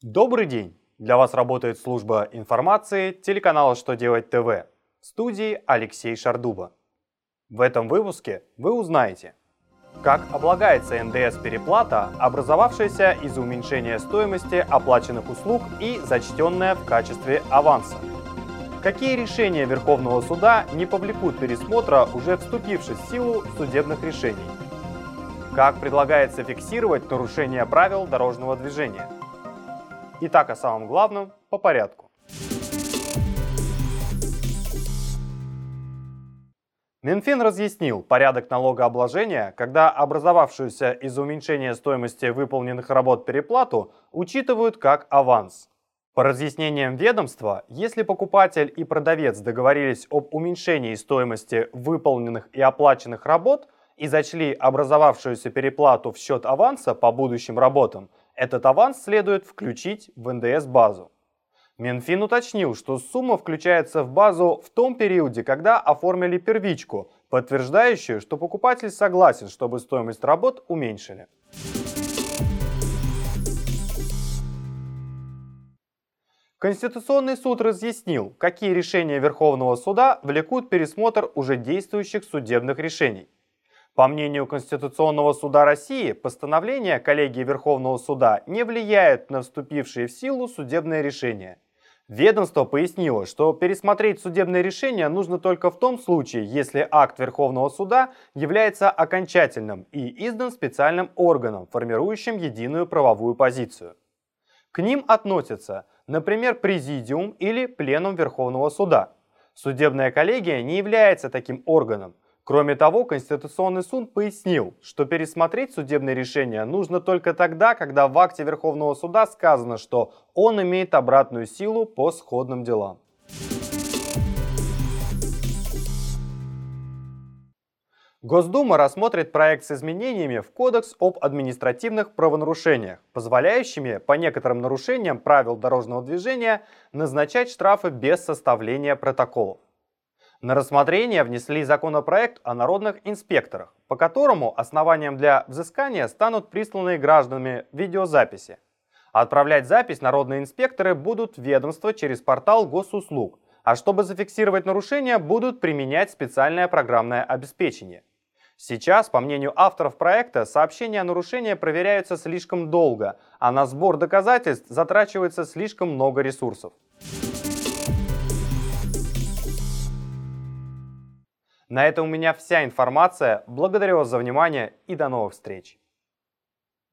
Добрый день! Для вас работает служба информации телеканала «Что делать ТВ». В студии Алексей Шардуба. В этом выпуске вы узнаете, как облагается НДС переплата, образовавшаяся из-за уменьшения стоимости оплаченных услуг и зачтенная в качестве аванса. Какие решения Верховного суда не повлекут пересмотра уже вступивших в силу судебных решений? Как предлагается фиксировать нарушение правил дорожного движения? Итак, о самом главном по порядку. Минфин разъяснил порядок налогообложения, когда образовавшуюся из-за уменьшения стоимости выполненных работ переплату учитывают как аванс. По разъяснениям ведомства, если покупатель и продавец договорились об уменьшении стоимости выполненных и оплаченных работ и зачли образовавшуюся переплату в счет аванса по будущим работам, этот аванс следует включить в НДС-базу. Минфин уточнил, что сумма включается в базу в том периоде, когда оформили первичку, подтверждающую, что покупатель согласен, чтобы стоимость работ уменьшили. Конституционный суд разъяснил, какие решения Верховного суда влекут пересмотр уже действующих судебных решений. По мнению Конституционного суда России, постановления коллегии Верховного суда не влияют на вступившие в силу судебные решения. Ведомство пояснило, что пересмотреть судебное решение нужно только в том случае, если акт Верховного суда является окончательным и издан специальным органом, формирующим единую правовую позицию. К ним относятся, например, Президиум или Пленум Верховного суда. Судебная коллегия не является таким органом. Кроме того, Конституционный суд пояснил, что пересмотреть судебное решение нужно только тогда, когда в акте Верховного суда сказано, что он имеет обратную силу по сходным делам. Госдума рассмотрит проект с изменениями в Кодекс об административных правонарушениях, позволяющими по некоторым нарушениям правил дорожного движения назначать штрафы без составления протоколов. На рассмотрение внесли законопроект о народных инспекторах, по которому основанием для взыскания станут присланные гражданами видеозаписи. Отправлять запись народные инспекторы будут в ведомство через портал госуслуг, а чтобы зафиксировать нарушения, будут применять специальное программное обеспечение. Сейчас, по мнению авторов проекта, сообщения о нарушении проверяются слишком долго, а на сбор доказательств затрачивается слишком много ресурсов. На этом у меня вся информация. Благодарю вас за внимание и до новых встреч!